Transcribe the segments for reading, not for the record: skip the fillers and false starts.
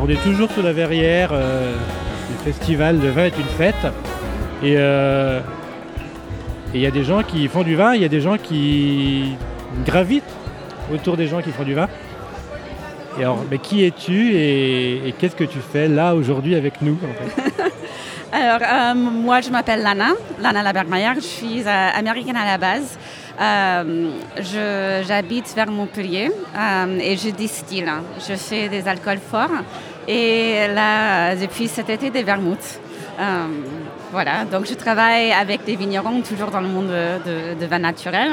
on est toujours sous la verrière du festival Le vin est une fête. Et il y a des gens qui font du vin, il y a des gens qui gravitent autour des gens qui font du vin. Et alors, mais qui es-tu et qu'est-ce que tu fais là aujourd'hui avec nous en fait? Alors, moi je m'appelle Lana Labermeyer, je suis américaine à la base. J'habite vers Montpellier et je distille. Je fais des alcools forts et là, depuis cet été, des vermouths. Voilà, donc je travaille avec des vignerons, toujours dans le monde de vin naturel.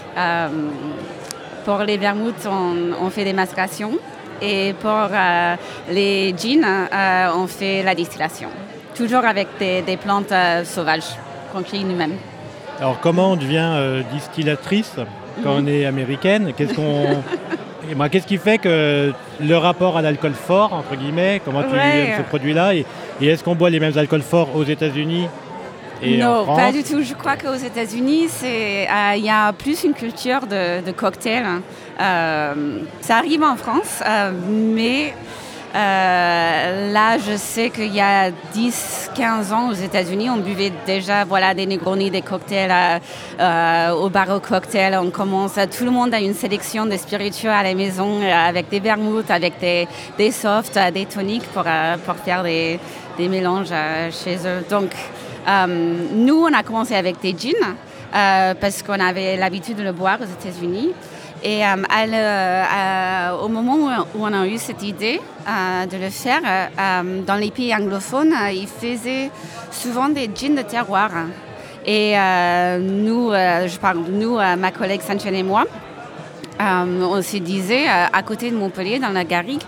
Pour les vermouths, on fait des macérations et pour les gins, on fait la distillation. Toujours avec des plantes sauvages qu'on cueille nous-mêmes. Alors comment on devient distillatrice quand on est américaine? Qu'est-ce qui fait que le rapport à l'alcool fort, entre guillemets, comment tu aimes ce produit-là et est-ce qu'on boit les mêmes alcools forts aux États-Unis et en France? Non, pas du tout. Je crois qu'aux États-Unis, il y a plus une culture de cocktail. Ça arrive en France, mais là, je sais qu'il y a 10-15 ans aux États-Unis, on buvait déjà des Negroni, des cocktails au bar au cocktail. Tout le monde a une sélection de spiritueux à la maison avec des vermouths, avec des softs, des toniques pour faire des mélanges chez eux. Donc, nous, on a commencé avec des gins parce qu'on avait l'habitude de le boire aux États-Unis. Et au moment où on a eu cette idée de le faire, dans les pays anglophones, ils faisaient souvent des gins de terroir. Et nous, je parle de nous, ma collègue Sanchen et moi, on se disait, à côté de Montpellier, dans la Garrigue,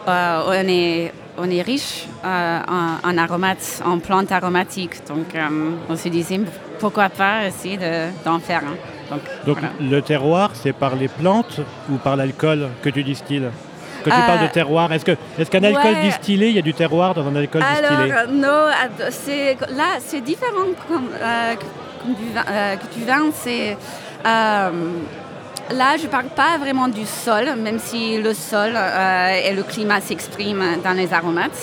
on est riche en aromates, en plantes aromatiques. Donc, on se disait, pourquoi pas essayer d'en faire un. Donc voilà. Le terroir, c'est par les plantes ou par l'alcool que tu distilles? Quand tu parles de terroir, est-ce qu'un alcool distillé, il y a du terroir dans un alcool distillé? Non, c'est différent que du vin. Là, je ne parle pas vraiment du sol, même si le sol et le climat s'expriment dans les aromates.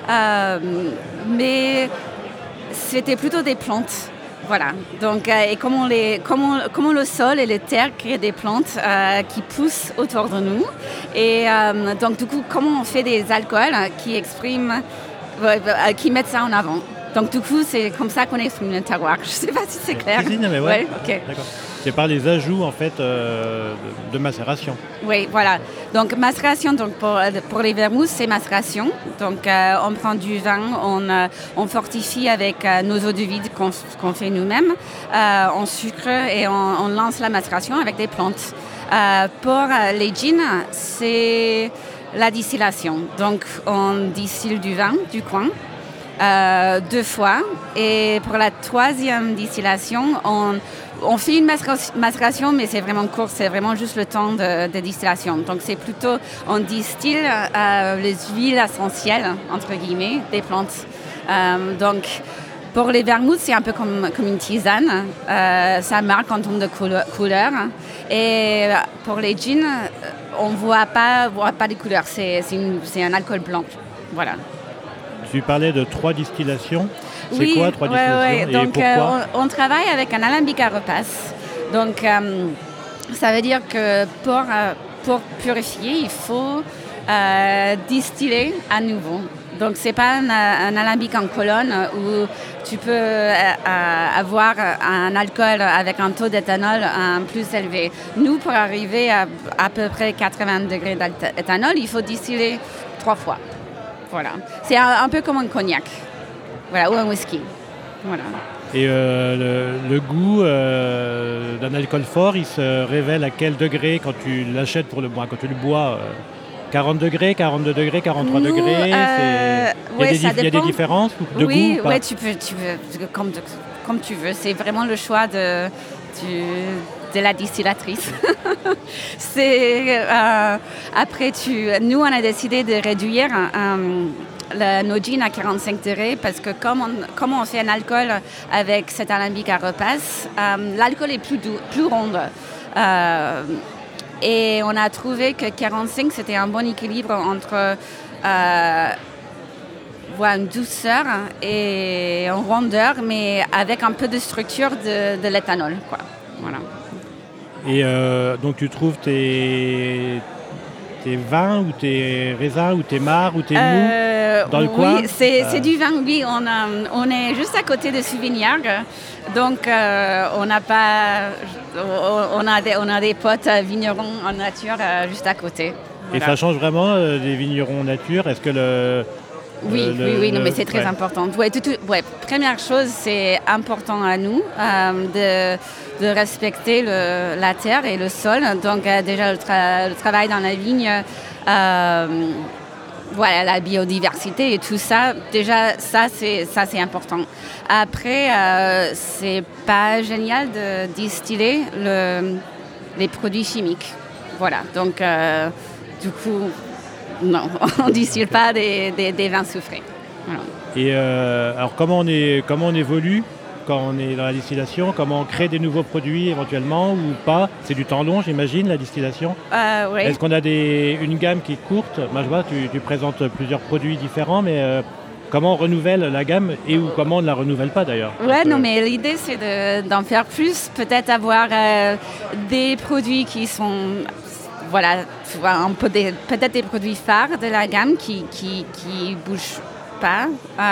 Mais c'était plutôt des plantes. Voilà, donc et comment le sol et les terres créent des plantes qui poussent autour de nous. Et donc du coup, comment on fait des alcools qui mettent ça en avant. Donc du coup, c'est comme ça qu'on exprime le terroir. Je ne sais pas si c'est clair. Si, mais ouais. Okay. D'accord. C'est par les ajouts en fait de macération. Oui, voilà. Donc macération, donc pour les vermouths, c'est macération. Donc on prend du vin, on fortifie avec nos eaux de vie qu'on fait nous-mêmes, on sucre et on lance la macération avec des plantes. Pour les gins, c'est la distillation. Donc on distille du vin du coin 2 fois et pour la 3e distillation, on fait une macération, mais c'est vraiment court, c'est vraiment juste le temps de distillation. Donc c'est plutôt, on distille les huiles essentielles, entre guillemets, des plantes. Donc pour les vermouths, c'est un peu comme une tisane. Ça marque en termes de couleur. Et pour les gins, on ne voit pas les couleurs, c'est un alcool blanc. Voilà. Tu parlais de 3 distillations. C'est quoi 3 distillations? Oui. Donc, on travaille avec un alambic à repasse. Donc, ça veut dire que pour purifier, il faut distiller à nouveau. Donc, ce n'est pas un alambic en colonne où tu peux avoir un alcool avec un taux d'éthanol plus élevé. Nous, pour arriver à peu près 80 degrés d'éthanol, il faut distiller 3 fois. Voilà. C'est un peu comme un cognac, voilà, ou un whisky. Voilà. Et le goût d'un alcool fort, il se révèle à quel degré quand tu l'achètes pour le boire? Quand tu le bois, 40 degrés, 42 degrés, 43 degrés il y a des différences de goût? Oui, tu peux comme tu veux. C'est vraiment le choix de la distillatrice. Après, nous, on a décidé de réduire nos gins à 45 degrés parce que comme on fait un alcool avec cet alambic à repasse, l'alcool est plus ronde. Et on a trouvé que 45, c'était un bon équilibre entre une douceur et une rondeur, mais avec un peu de structure de l'éthanol, quoi. Voilà. Et donc tu trouves tes vins ou tes raisins ou tes mares ou tes mous dans le coin? Oui, c'est du vin, oui. On est juste à côté de Souvignac. Donc, on a des potes vignerons en nature juste à côté. Voilà. Et ça change vraiment des vignerons nature? Est-ce que Oui, non, mais c'est très important. Première chose, c'est important à nous de respecter la terre et le sol. Donc déjà le travail dans la vigne, la biodiversité et tout ça. Déjà ça c'est important. Après, c'est pas génial de distiller les produits chimiques. Voilà. Donc du coup. Non, on ne distille pas des vins soufrés. Voilà. Et alors comment on évolue quand on est dans la distillation? Comment on crée des nouveaux produits éventuellement ou pas? C'est du temps long, j'imagine, la distillation. Oui. Est-ce qu'on a une gamme qui est courte? Moi, je vois, tu présentes plusieurs produits différents, mais comment on renouvelle la gamme et comment on ne la renouvelle pas d'ailleurs? Non, mais l'idée c'est d'en faire plus, peut-être avoir des produits qui sont... peut-être des produits phares de la gamme qui bougent pas.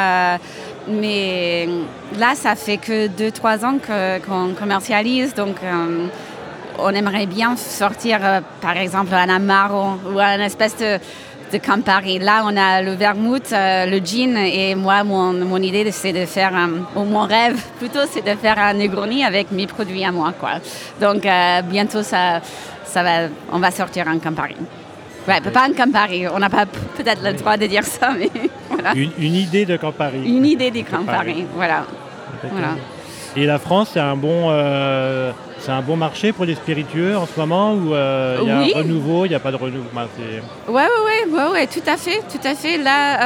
Mais là, ça fait que 2-3 ans qu'on commercialise, donc on aimerait bien sortir, par exemple, un Amaro ou une espèce de Campari. Là, on a le vermouth, le gin, et moi, mon idée, c'est de faire, ou mon rêve plutôt, c'est de faire un Negroni avec mes produits à moi, quoi. Donc, bientôt, on va sortir un Campari. Ouais, pas un Campari, on n'a pas peut-être le droit de dire ça, mais voilà. Une idée de Campari. Une idée de Campari, voilà. Et la France, c'est un bon marché pour les spiritueux en ce moment où il y a un renouveau, il n'y a pas de renouveau. Oui, tout à fait.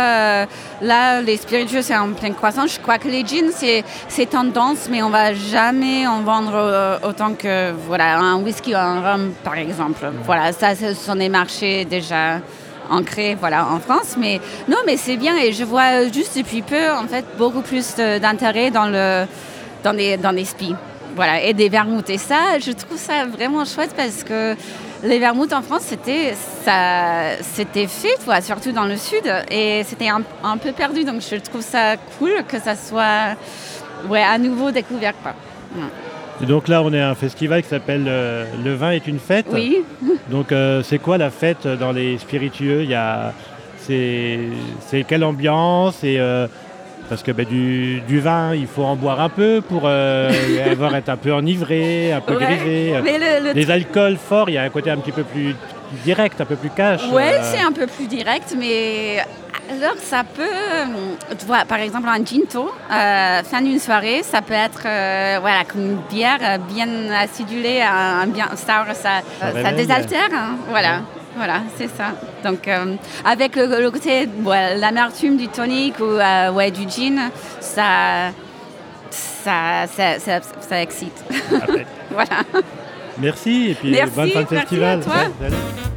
Là, les spiritueux, c'est en pleine croissance. Je crois que les gins, c'est tendance, mais on ne va jamais en vendre autant que un whisky ou un rhum, par exemple. Voilà, ça, ce sont des marchés déjà ancrés en France. Mais non, mais c'est bien. Et je vois juste depuis peu, en fait, beaucoup plus d'intérêt dans les spi. Voilà, et des vermouths. Et ça, je trouve ça vraiment chouette parce que les vermouths en France, c'était fait, surtout dans le sud, et c'était un peu perdu. Donc je trouve ça cool que ça soit à nouveau découvert, quoi. Et donc là, on est à un festival qui s'appelle Le vin est une fête. Oui. Donc c'est quoi la fête dans les spiritueux? C'est quelle ambiance parce que du vin, il faut en boire un peu pour être un peu enivré, un peu grisé. Les alcools forts, il y a un côté un petit peu plus direct, un peu plus cash. Oui, c'est un peu plus direct, mais alors ça peut... par exemple, un ginto, fin d'une soirée, ça peut être comme une bière bien acidulée, bien sour, ça désaltère. Voilà, c'est ça. Donc, avec le côté, l'amertume du tonic ou du gin, ça excite. Voilà. Merci et puis bonne fin de festival. Merci à toi.